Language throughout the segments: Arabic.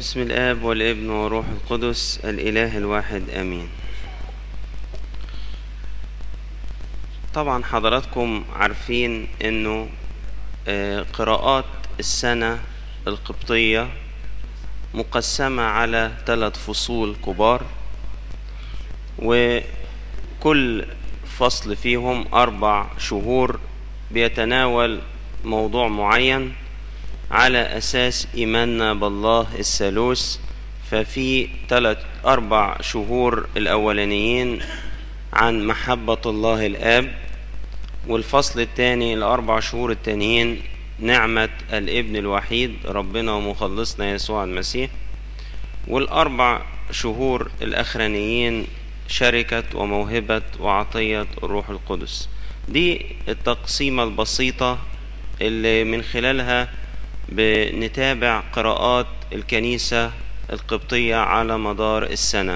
بسم الآب والابن وروح القدس الإله الواحد آمين. طبعا حضراتكم عارفين انه قراءات السنة القبطية مقسمة على 3 فصول كبار، وكل فصل فيهم 4 شهور بيتناول موضوع معين على أساس إيماننا بالله الثالوث. ففي 4 شهور الأولانيين عن محبة الله الآب، والفصل الثاني 4 شهور التانيين نعمة الابن الوحيد ربنا ومخلصنا يسوع المسيح، وال4 شهور الأخرانيين شركة وموهبة وعطية الروح القدس. دي التقسيمة البسيطة اللي من خلالها بنتابع قراءات الكنيسة القبطية على مدار السنة.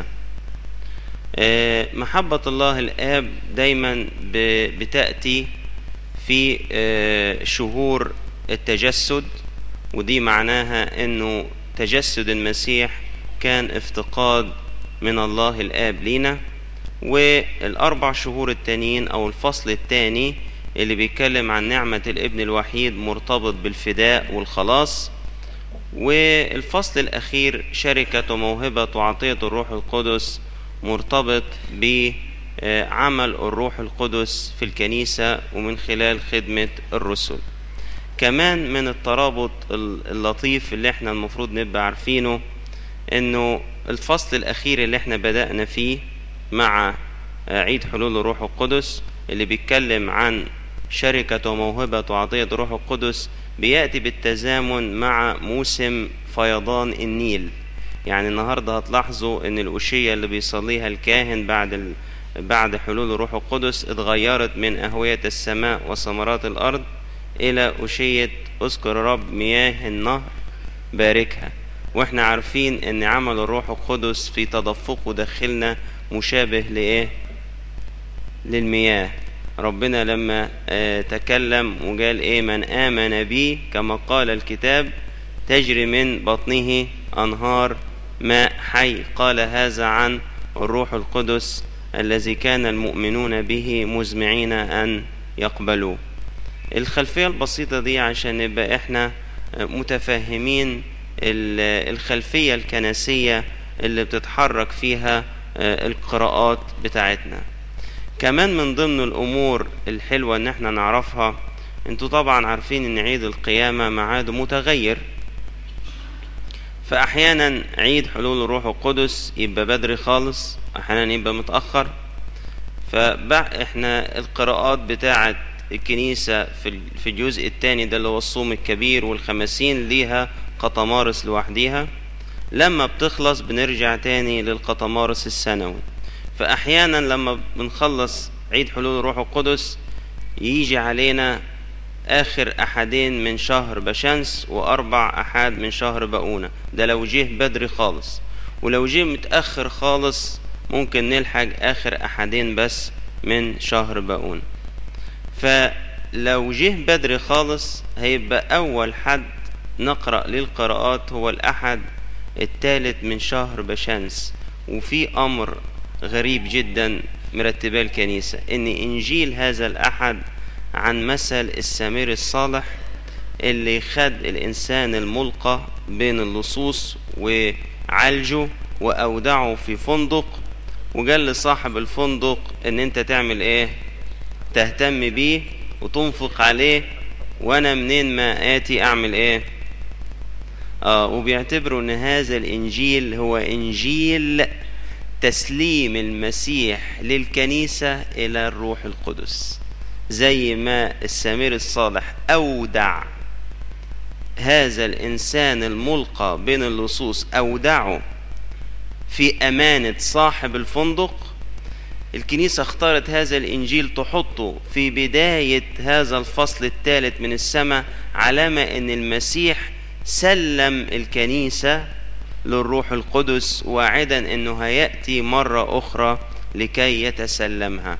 محبة الله الآب دايما بتأتي في شهور التجسد، ودي معناها انه تجسد المسيح كان افتقاد من الله الآب لينا. وال4 شهور التانيين او الفصل الثاني اللي بيتكلم عن نعمة الابن الوحيد مرتبط بالفداء والخلاص، والفصل الأخير شركة وموهبة وعطية الروح القدس مرتبط بعمل الروح القدس في الكنيسة ومن خلال خدمة الرسل. كمان من الترابط اللطيف اللي احنا المفروض نبقى عارفينه انه الفصل الأخير اللي احنا بدأنا فيه مع عيد حلول الروح القدس اللي بيتكلم عن شركة وموهبة وعطية الروح القدس بيأتي بالتزامن مع موسم فيضان النيل. يعني النهاردة هتلاحظوا ان الأشية اللي بيصليها الكاهن بعد حلول الروح القدس اتغيرت من أهوية السماء وثمرات الأرض إلى أشية اذكر رب مياه النهر باركها. واحنا عارفين ان عمل الروح القدس في تدفقه داخلنا مشابه لإيه؟ للمياه. ربنا لما تكلم وقال ايه؟ من آمن بي كما قال الكتاب تجري من بطنه أنهار ماء حي. قال هذا عن الروح القدس الذي كان المؤمنون به مزمعين أن يقبلوه. الخلفية البسيطة دي عشان نبقى احنا متفهمين الخلفية الكنسية اللي بتتحرك فيها القراءات بتاعتنا. كمان من ضمن الأمور الحلوة ان احنا نعرفها، انتوا طبعا عارفين ان عيد القيامة ميعاده متغير، فأحيانا عيد حلول الروح القدس يبقى بدري خالص، أحيانا يبقى متأخر. فاحنا القراءات بتاعة الكنيسة في الجزء الثاني ده اللي هو الصوم الكبير والخمسين ليها قطمارس لوحديها، لما بتخلص بنرجع تاني للقطمارس السنوي. فأحيانا لما بنخلص عيد حلول الروح القدس يجي علينا آخر أحدين من شهر بشمس و4 أحد من شهر بقونة، ده لو جه بدري خالص. ولو جه متأخر خالص ممكن نلحق آخر أحدين بس من شهر بقونة. فلو جه بدري خالص هيبقى أول حد نقرأ للقراءات هو الأحد الثالث من شهر بشمس. وفي أمر غريب جدا مرتبه الكنيسة ان انجيل هذا الاحد عن مثل السمير الصالح اللي خد الانسان الملقى بين اللصوص وعالجه واودعه في فندق، وقال لصاحب الفندق ان انت تعمل ايه؟ تهتم بيه وتنفق عليه، وانا منين ما اتي اعمل ايه؟ وبيعتبروا ان هذا الانجيل هو انجيل تسليم المسيح للكنيسة إلى الروح القدس. زي ما السمير الصالح أودع هذا الإنسان الملقى بين اللصوص، أودعه في أمانة صاحب الفندق، الكنيسة اختارت هذا الإنجيل تحطه في بداية هذا الفصل الثالث من السماء، علامة أن المسيح سلم الكنيسة للروح القدس، واعدا انه هيأتي مرة اخرى لكي يتسلمها.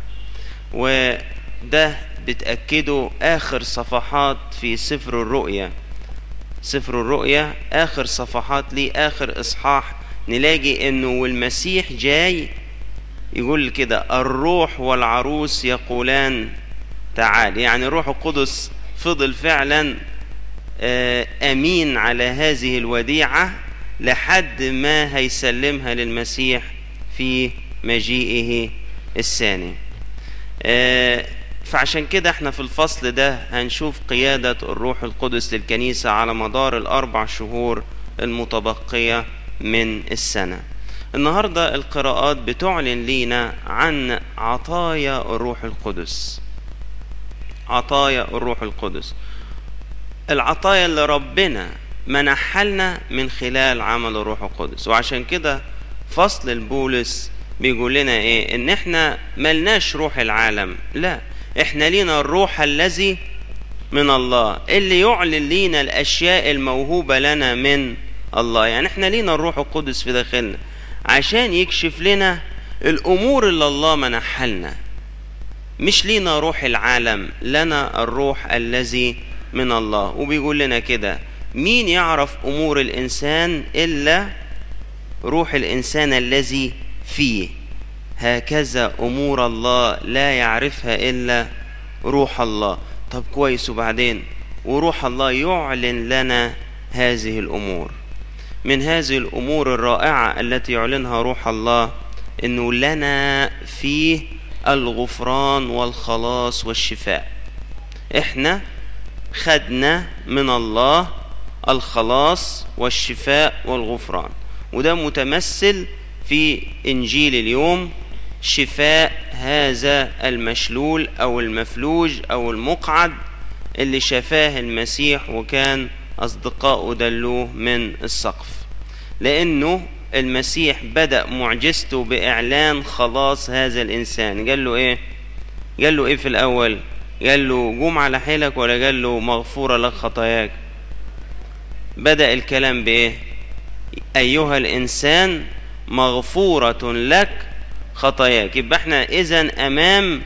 وده بتأكده اخر صفحات في سفر الرؤيا. سفر الرؤيا آخر صفحات ليه، آخر إصحاح، نلاقي إنه والمسيح جاي يقول كده: الروح والعروس يقولان تعال. يعني الروح القدس فضل فعلا أمين على هذه الوديعة لحد ما هيسلمها للمسيح في مجيئه الثاني. فعشان كده احنا في الفصل ده هنشوف قيادة الروح القدس للكنيسة على مدار ال4 شهور المتبقية من السنة. النهاردة القراءات بتعلن لينا عن عطايا الروح القدس. عطايا الروح القدس، العطايا اللي ربنا منحلنا من خلال عمل الروح القدس. وعشان كده فصل البولس بيقول لنا ايه؟ ان احنا ملناش روح العالم، لا، احنا لينا الروح الذي من الله اللي يعلن لينا الاشياء الموهوبة لنا من الله. يعني احنا لينا الروح القدس في داخلنا عشان يكشف لنا الامور اللي الله منحلنا. مش لينا روح العالم، لنا الروح الذي من الله. وبيقول لنا كده: مين يعرف امور الانسان الا روح الانسان الذي فيه؟ هكذا امور الله لا يعرفها الا روح الله. طب كويس، وبعدين وروح الله يعلن لنا هذه الامور. من هذه الامور الرائعة التي يعلنها روح الله انه لنا فيه الغفران والخلاص والشفاء. احنا خدنا من الله الخلاص والشفاء والغفران، وده متمثل في انجيل اليوم: شفاء هذا المشلول او المفلوج او المقعد اللي شفاه المسيح، وكان اصدقائه دلوه من السقف. لانه المسيح بدأ معجزته بإعلان خلاص هذا الإنسان. قال له إيه؟ قال له إيه في الأول؟ قال له قوم على حيلك، ولا قال له مغفورة لك خطاياك؟ بدأ الكلام بإيه؟ أيها الإنسان مغفورة لك خطاياك. يبقى احنا إذن أمام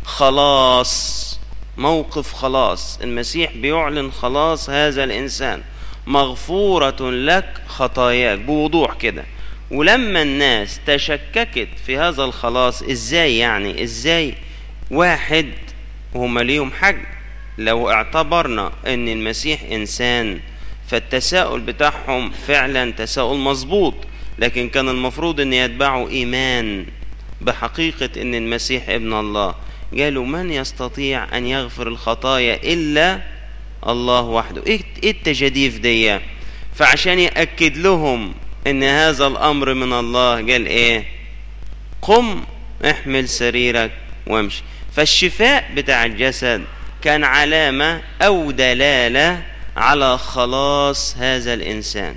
خلاص، موقف خلاص. المسيح بيعلن خلاص هذا الإنسان: مغفورة لك خطاياك، بوضوح كده. ولما الناس تشككت في هذا الخلاص، ازاي يعني؟ ازاي واحد وهم ليهم حق؟ لو اعتبرنا ان المسيح انسان فالتساؤل بتاعهم فعلا تساؤل مظبوط، لكن كان المفروض ان يتبعوا ايمان بحقيقة ان المسيح ابن الله. قالوا: من يستطيع ان يغفر الخطايا الا الله وحده؟ ايه التجديف دي؟ فعشان يأكد لهم ان هذا الامر من الله قال ايه؟ قم احمل سريرك وامشي. فالشفاء بتاع الجسد كان علامة او دلالة على خلاص هذا الانسان،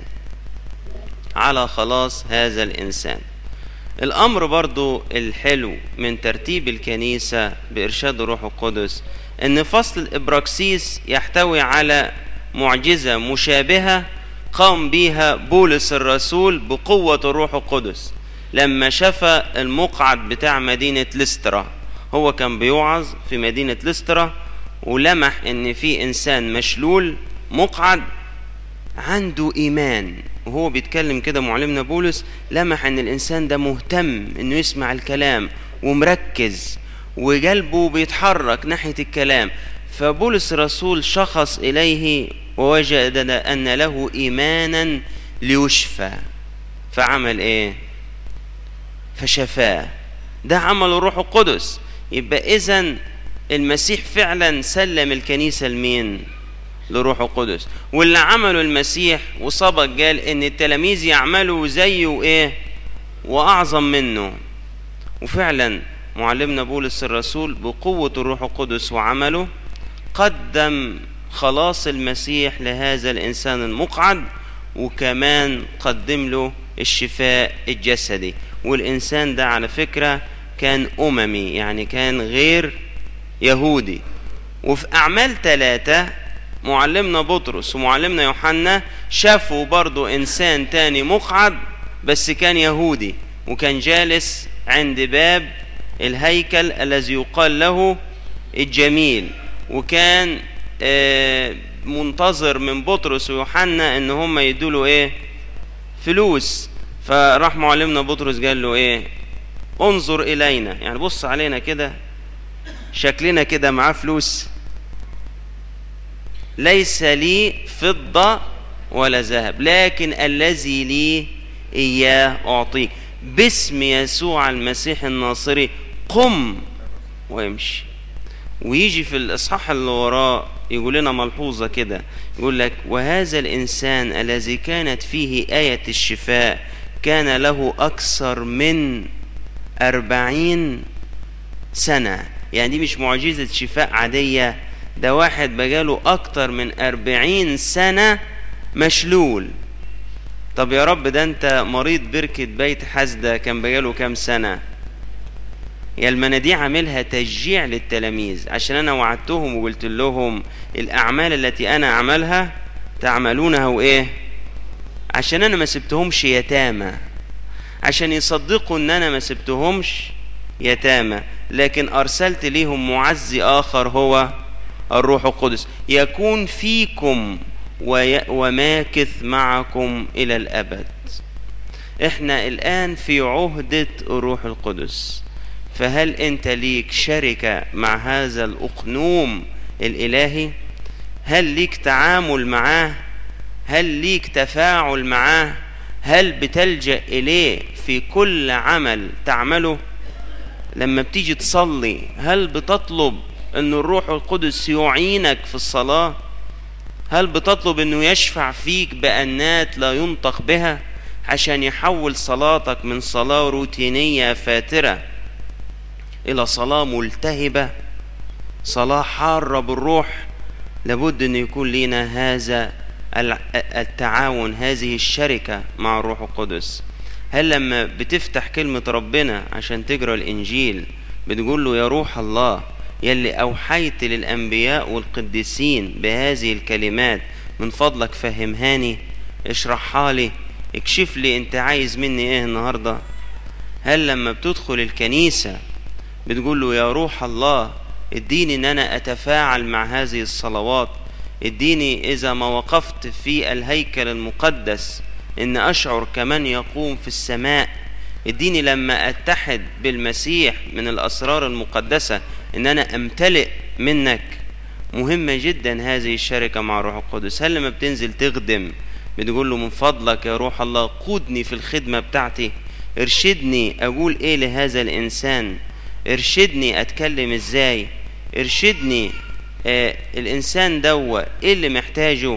على خلاص هذا الانسان. الامر برضو الحلو من ترتيب الكنيسة بارشاد الروح القدس ان فصل الابراكسيس يحتوي على معجزة مشابهة قام بها بولس الرسول بقوة الروح القدس لما شفى المقعد بتاع مدينة لسترا. هو كان بيوعظ في مدينة لسترا ولمح ان في انسان مشلول مقعد عنده ايمان، وهو بيتكلم كده معلمنا بولس لمح ان الانسان ده مهتم انه يسمع الكلام ومركز وقلبه بيتحرك ناحية الكلام. فبولس الرسول شخص إليه ووجد أن له إيمانا ليشفى، فعمل إيه؟ فشفاه. ده عمل الروح القدس. يبقى إذن المسيح فعلا سلم الكنيسة لمين؟ للروح القدس. واللي عمله المسيح وسبق قال إن التلاميذ يعملوا زيه إيه؟ وأعظم منه. وفعلا معلمنا بولس الرسول بقوة الروح القدس وعمله قدم خلاص المسيح لهذا الإنسان المقعد، وكمان قدم له الشفاء الجسدي. والإنسان ده على فكرة كان أممي، يعني كان غير يهودي. وفي أعمال 3 معلمنا بطرس ومعلمنا يوحنا شافوا برضو إنسان تاني مقعد بس كان يهودي، وكان جالس عند باب الهيكل الذي يقال له الجميل، وكان منتظر من بطرس ويوحنا ان هم يدوله ايه؟ فلوس. فراح معلمنا بطرس قال له ايه؟ انظر الينا، يعني بص علينا كده، شكلنا كده معاه فلوس؟ ليس لي فضة ولا ذهب، لكن الذي لي إياه أعطيك، باسم يسوع المسيح الناصري قم وامشي. ويجي في الإصحاح اللي وراه يقول لنا ملحوظة كده، يقول لك وهذا الإنسان الذي كانت فيه آية الشفاء كان له أكثر من 40 سنة. يعني دي مش معجزة شفاء عادية، ده واحد بقاله أكتر من 40 سنة مشلول. طب يا رب ده أنت مريض بركة بيت حسدة كان بقاله كام سنة؟ يا المناديع عاملها تشجيع للتلاميذ، عشان أنا وعدتهم وقلت لهم الأعمال التي أنا أعملها تعملونها وإيه؟ عشان أنا ما سبتهمش يتامى، عشان يصدقوا أن أنا ما سبتهمش يتامى، لكن أرسلت ليهم معزي آخر هو الروح القدس يكون فيكم وماكث معكم إلى الأبد. إحنا الآن في عهدة الروح القدس، فهل أنت ليك شركة مع هذا الأقنوم الإلهي؟ هل ليك تعامل معاه؟ هل ليك تفاعل معاه؟ هل بتلجأ إليه في كل عمل تعمله؟ لما بتيجي تصلي هل بتطلب أن الروح القدس يعينك في الصلاة؟ هل بتطلب أنه يشفع فيك بأنات لا ينطق بها عشان يحول صلاتك من صلاة روتينية فاترة إلى صلاة ملتهبة، صلاة حارة بالروح؟ لابد أن يكون لنا هذا التعاون، هذه الشركة مع الروح القدس. هل لما بتفتح كلمة ربنا عشان تقرأ الإنجيل بتقول له يا روح الله يلي أوحيت للأنبياء والقديسين بهذه الكلمات، من فضلك فهمهاني، اشرحها لي، اكشف لي انت عايز مني ايه النهاردة؟ هل لما بتدخل الكنيسة بتقول له يا روح الله اديني ان انا اتفاعل مع هذه الصلوات، اديني اذا ما وقفت في الهيكل المقدس ان اشعر كمان يقوم في السماء، اديني لما اتحد بالمسيح من الاسرار المقدسة ان انا امتلئ منك. مهمة جدا هذه الشركة مع الروح القدس. هل لما بتنزل تخدم بتقول له من فضلك يا روح الله قودني في الخدمة بتاعتي، ارشدني اقول ايه لهذا الانسان، ارشدني اتكلم ازاي، ارشدني الانسان دوا ايه اللي محتاجه؟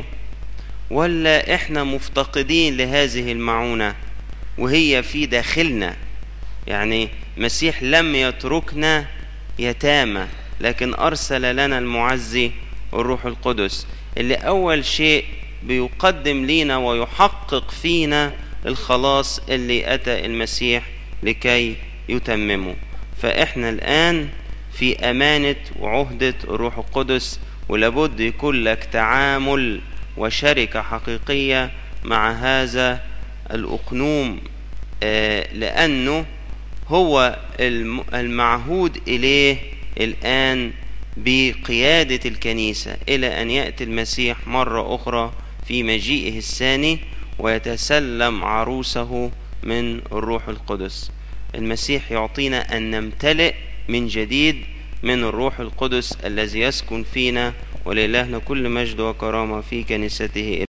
ولا احنا مفتقدين لهذه المعونة وهي في داخلنا؟ يعني مسيح لم يتركنا يتامى، لكن أرسل لنا المعزي الروح القدس اللي أول شيء بيقدم لنا ويحقق فينا الخلاص اللي أتى المسيح لكي يتممه. فإحنا الآن في أمانة وعهدة الروح القدس، ولابد يكون لك تعامل وشركة حقيقية مع هذا الأقنوم، لأنه هو المعهود إليه الآن بقيادة الكنيسة إلى أن يأتي المسيح مرة أخرى في مجيئه الثاني ويتسلم عروسه من الروح القدس. المسيح يعطينا أن نمتلئ من جديد من الروح القدس الذي يسكن فينا، ولإلهنا كل مجد وكرامة في كنيسته.